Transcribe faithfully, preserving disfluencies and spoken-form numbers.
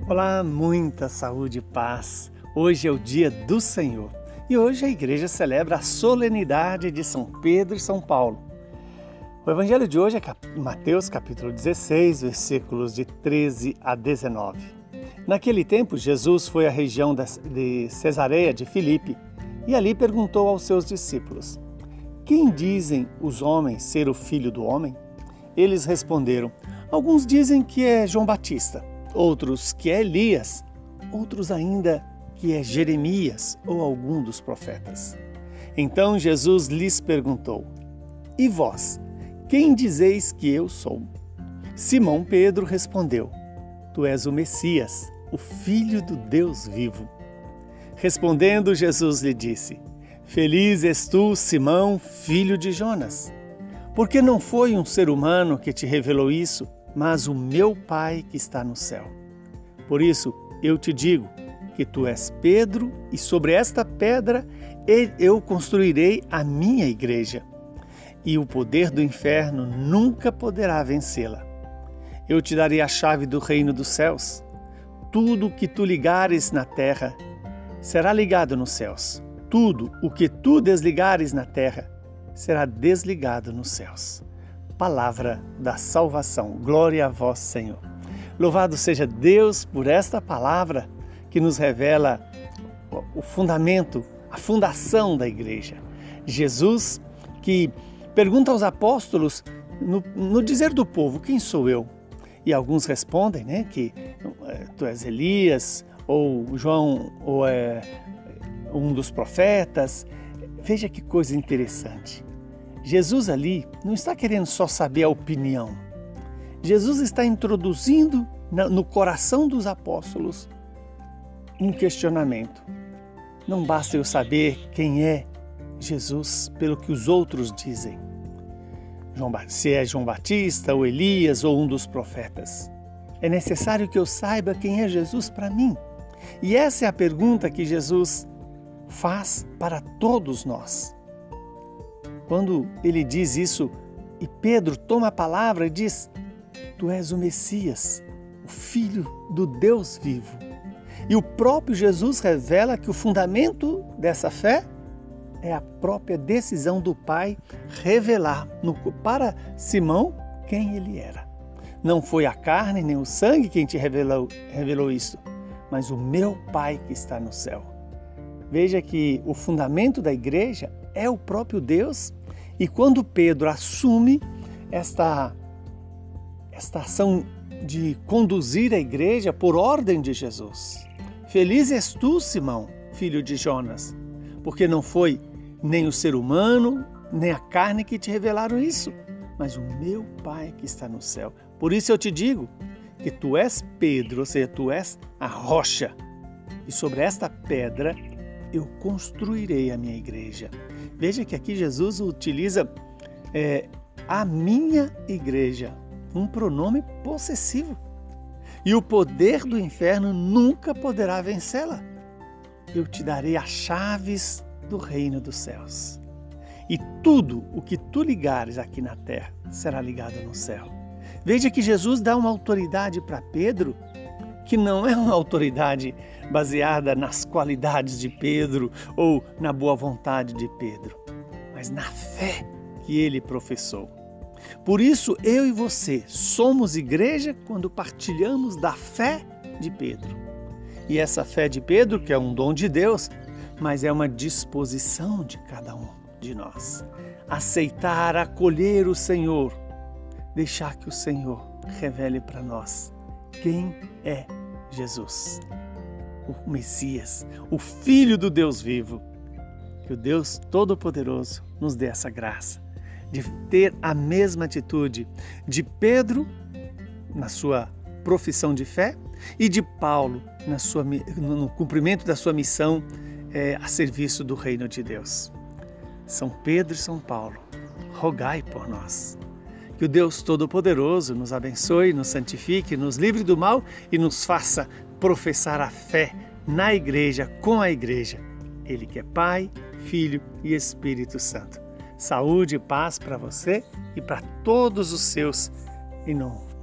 Olá, muita saúde e paz. Hoje é o dia do Senhor e hoje a igreja celebra a solenidade de São Pedro e São Paulo. O evangelho de hoje é Mateus capítulo dezesseis, versículos de treze a dezenove. Naquele tempo, Jesus foi à região de Cesareia de Filipe e ali perguntou aos seus discípulos: Quem dizem os homens ser o Filho do Homem? Eles responderam: Alguns dizem que é João Batista, outros que é Elias, outros ainda que é Jeremias ou algum dos profetas. Então Jesus lhes perguntou: E vós, quem dizeis que eu sou? Simão Pedro respondeu: Tu és o Messias, o Filho do Deus vivo. Respondendo, Jesus lhe disse: Feliz és tu, Simão, filho de Jonas, porque não foi um ser humano que te revelou isso, mas o meu Pai que está no céu. Por isso, eu te digo que tu és Pedro, e sobre esta pedra eu construirei a minha igreja, e o poder do inferno nunca poderá vencê-la. Eu te darei a chave do reino dos céus. Tudo o que tu ligares na terra será ligado nos céus. Tudo o que tu desligares na terra será desligado nos céus. Palavra da salvação. Glória a vós, Senhor. Louvado seja Deus por esta palavra que nos revela o fundamento, a fundação da igreja. Jesus que pergunta aos apóstolos, no, no dizer do povo, quem sou eu? E alguns respondem, né, que tu és Elias, ou João, ou é um dos profetas. Veja que coisa interessante. Jesus ali não está querendo só saber a opinião. Jesus está introduzindo no coração dos apóstolos um questionamento. Não basta eu saber quem é Jesus pelo que os outros dizem. Se é João Batista, ou Elias, ou um dos profetas. É necessário que eu saiba quem é Jesus para mim. E essa é a pergunta que Jesus faz para todos nós. Quando ele diz isso, e Pedro toma a palavra e diz: Tu és o Messias, o Filho do Deus vivo. E o próprio Jesus revela que o fundamento dessa fé é a própria decisão do Pai revelar no, para Simão quem ele era. Não foi a carne nem o sangue quem te revelou, revelou isso, mas o meu Pai que está no céu. Veja que o fundamento da igreja é o próprio Deus, e quando Pedro assume esta, esta ação de conduzir a igreja por ordem de Jesus. Feliz és tu, Simão, filho de Jonas, porque não foi nem o ser humano, nem a carne que te revelaram isso, mas o meu Pai que está no céu. Por isso eu te digo que tu és Pedro, ou seja, tu és a rocha, e sobre esta pedra eu construirei a minha igreja. Veja que aqui Jesus utiliza é, a minha igreja, um pronome possessivo. E o poder do inferno nunca poderá vencê-la. Eu te darei as chaves do reino dos céus. E tudo o que tu ligares aqui na terra será ligado no céu. Veja que Jesus dá uma autoridade para Pedro, que não é uma autoridade baseada nas qualidades de Pedro ou na boa vontade de Pedro, mas na fé que ele professou. Por isso, eu e você somos igreja quando partilhamos da fé de Pedro. E essa fé de Pedro, que é um dom de Deus, mas é uma disposição de cada um de nós. Aceitar, acolher o Senhor, deixar que o Senhor revele para nós quem é Jesus, o Messias, o Filho do Deus vivo. Que o Deus Todo-Poderoso nos dê essa graça de ter a mesma atitude de Pedro na sua profissão de fé e de Paulo na sua, no cumprimento da sua missão é, a serviço do reino de Deus. São Pedro e São Paulo, rogai por nós. Que o Deus Todo-Poderoso nos abençoe, nos santifique, nos livre do mal e nos faça professar a fé na igreja, com a igreja. Ele que é Pai, Filho e Espírito Santo. Saúde e paz para você e para todos os seus, e no